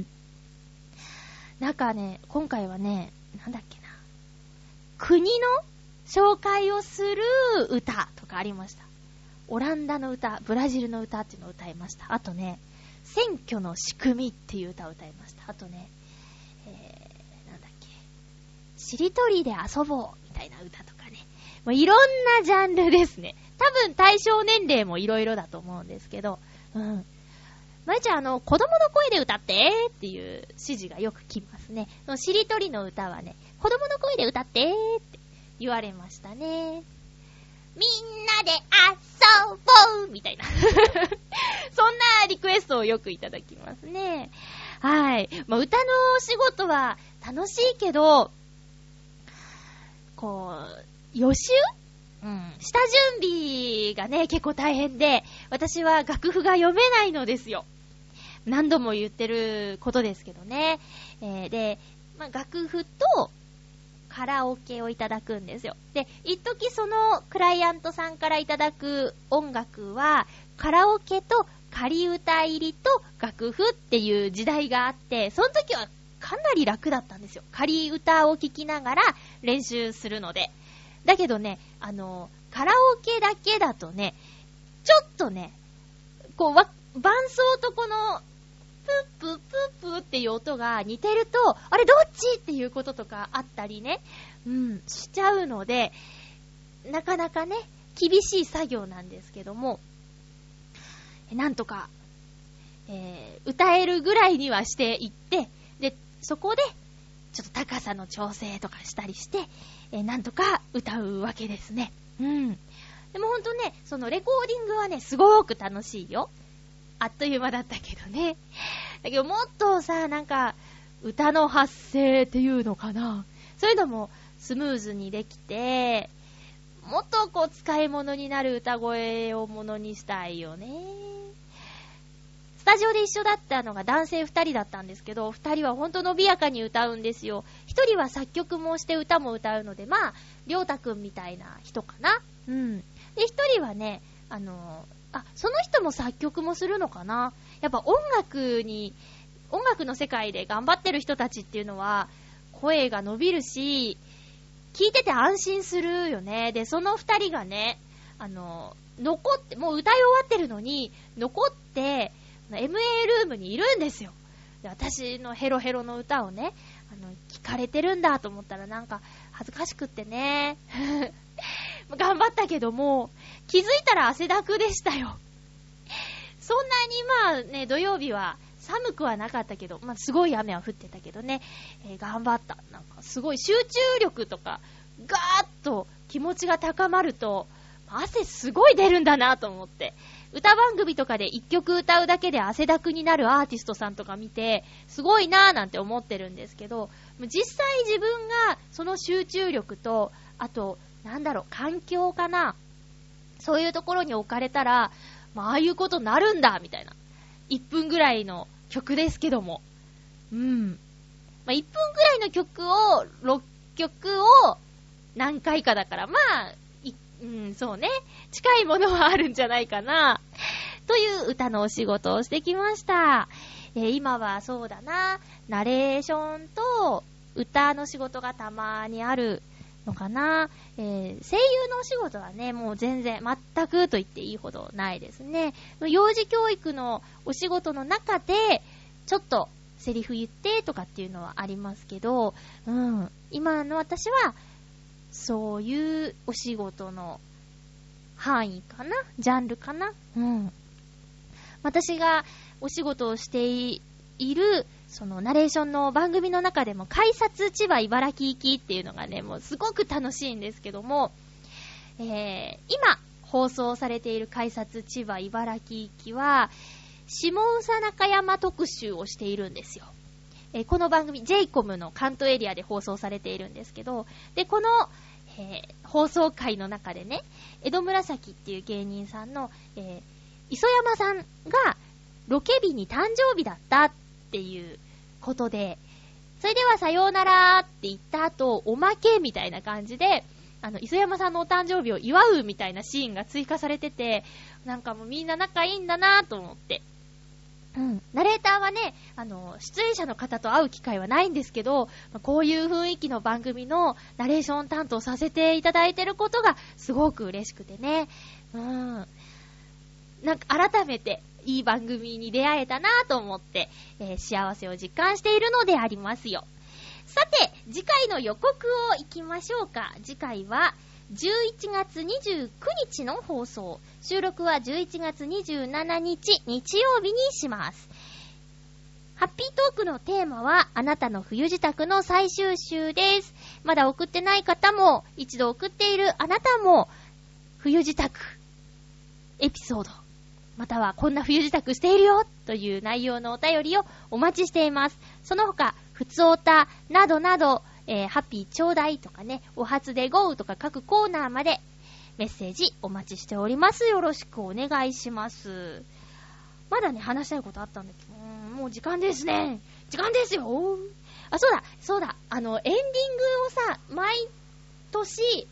なんかね、今回はね、なんだっけな。国の紹介をする歌とかありました。オランダの歌、ブラジルの歌っていうのを歌いました。あとね、選挙の仕組みっていう歌を歌いました。あとね、なんだっけ、しりとりで遊ぼうみたいな歌とかね。もういろんなジャンルですね。多分対象年齢もいろいろだと思うんですけど、まゆちゃん子供の声で歌ってっていう指示がよく来ますね。しりとりの歌はね、子供の声で歌ってって言われましたね。みんなで遊ぼうみたいなそんなリクエストをよくいただきますね。はい。まあ、歌のお仕事は楽しいけど、こう、予習？下準備がね、結構大変で、私は楽譜が読めないのですよ。何度も言ってることですけどね。で、楽譜とカラオケをいただくんですよ。で、一時そのクライアントさんからいただく音楽は、カラオケと仮歌入りと楽譜っていう時代があって、その時はかなり楽だったんですよ。仮歌を聴きながら練習するので。だけどね、カラオケだけだとね、ちょっとね、こう、伴奏とこの、プッププップっていう音が似てると、あれどっちっていうこととかあったりね、しちゃうので、なかなかね、厳しい作業なんですけども、なんとか、歌えるぐらいにはしていって、で、そこで、ちょっと高さの調整とかしたりして、なんとか歌うわけですね。でもほんとね、そのレコーディングはね、すごく楽しいよ。あっという間だったけどね。だけどもっとさ、なんか、歌の発声っていうのかな。そういうのもスムーズにできて、もっとこう使い物になる歌声をものにしたいよね。スタジオで一緒だったのが男性2人だったんですけど、2人はほんと伸びやかに歌うんですよ。1人は作曲もして歌も歌うので、まあ、りょうたくんみたいな人かな。で、1人はね、その人も作曲もするのかな。やっぱ音楽の世界で頑張ってる人たちっていうのは、声が伸びるし、聞いてて安心するよね。で、その2人がね、残って、もう歌い終わってるのに、残って、MA ルームにいるんですよ。で、私のヘロヘロの歌をね、聞かれてるんだと思ったらなんか恥ずかしくってね。頑張ったけども、気づいたら汗だくでしたよ。そんなにまあね、土曜日は寒くはなかったけど、まあすごい雨は降ってたけどね、頑張った。なんかすごい集中力とか、ガーッと気持ちが高まると、汗すごい出るんだなと思って。歌番組とかで一曲歌うだけで汗だくになるアーティストさんとか見て、すごいなーなんて思ってるんですけど、実際自分がその集中力と、あと、環境かな。そういうところに置かれたら、ああいうことになるんだ、みたいな。1分ぐらいの曲ですけども。1分ぐらいの曲を、6曲を何回かだから、そうね。近いものはあるんじゃないかな。という歌のお仕事をしてきました。今はそうだな。ナレーションと歌の仕事がたまにあるのかな。声優のお仕事はね、もう全然、全くと言っていいほどないですね。幼児教育のお仕事の中で、ちょっとセリフ言ってとかっていうのはありますけど、今の私は、そういうお仕事の範囲かな？ジャンルかな？私がお仕事をしている、そのナレーションの番組の中でも、改札千葉茨城行きっていうのがね、もうすごく楽しいんですけども、今放送されている改札千葉茨城行きは、下宇佐中山特集をしているんですよ。この番組 JCOM の関東エリアで放送されているんですけど、でこの、放送回の中でね、江戸紫っていう芸人さんの、磯山さんがロケ日に誕生日だったっていうことで、それではさようならって言った後、おまけみたいな感じで、磯山さんのお誕生日を祝うみたいなシーンが追加されてて、なんかもうみんな仲いいんだなと思って。ナレーターはね、出演者の方と会う機会はないんですけど、こういう雰囲気の番組のナレーション担当させていただいてることがすごく嬉しくてね。なんか改めていい番組に出会えたなと思って、幸せを実感しているのでありますよ。さて、次回の予告をいきましょうか。次回は11月29日の放送。収録は11月27日日曜日にします。ハッピートークのテーマはあなたの冬支度の最終週です。まだ送ってない方も、一度送っているあなたも冬支度エピソード、またはこんな冬支度しているよという内容のお便りをお待ちしています。その他、ふつおたなどなど、ハッピーちょうだいとかね、お初でゴーとか各コーナーまでメッセージお待ちしております。よろしくお願いします。まだね、話したいことあったんだけど、もう時間ですね。時間ですよ。そうだ。エンディングをさ、毎年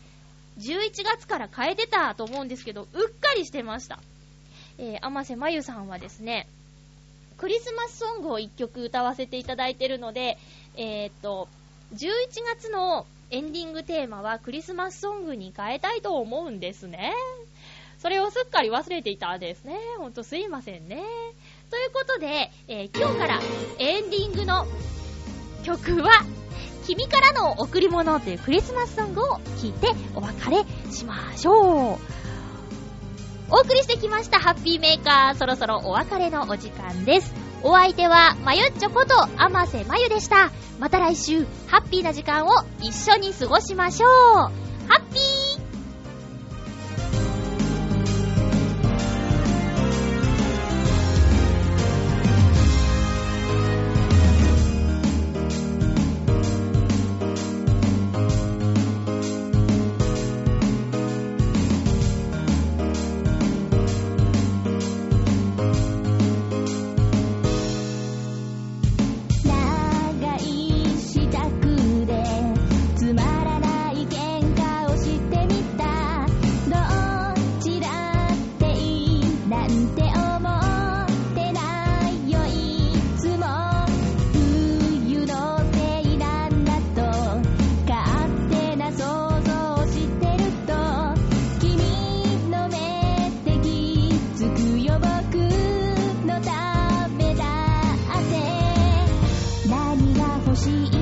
11月から変えてたと思うんですけど、うっかりしてました。天瀬まゆさんはですね、クリスマスソングを1曲歌わせていただいてるので、11月のエンディングテーマはクリスマスソングに変えたいと思うんですね。それをすっかり忘れていたんですね。ほんとすいませんね。ということで、今日からエンディングの曲は君からの贈り物というクリスマスソングを聴いてお別れしましょう。お送りしてきましたハッピーメーカー、そろそろお別れのお時間です。お相手はまゆっちょこと天瀬まゆでした。また来週ハッピーな時間を一緒に過ごしましょう。ハッピー欲しい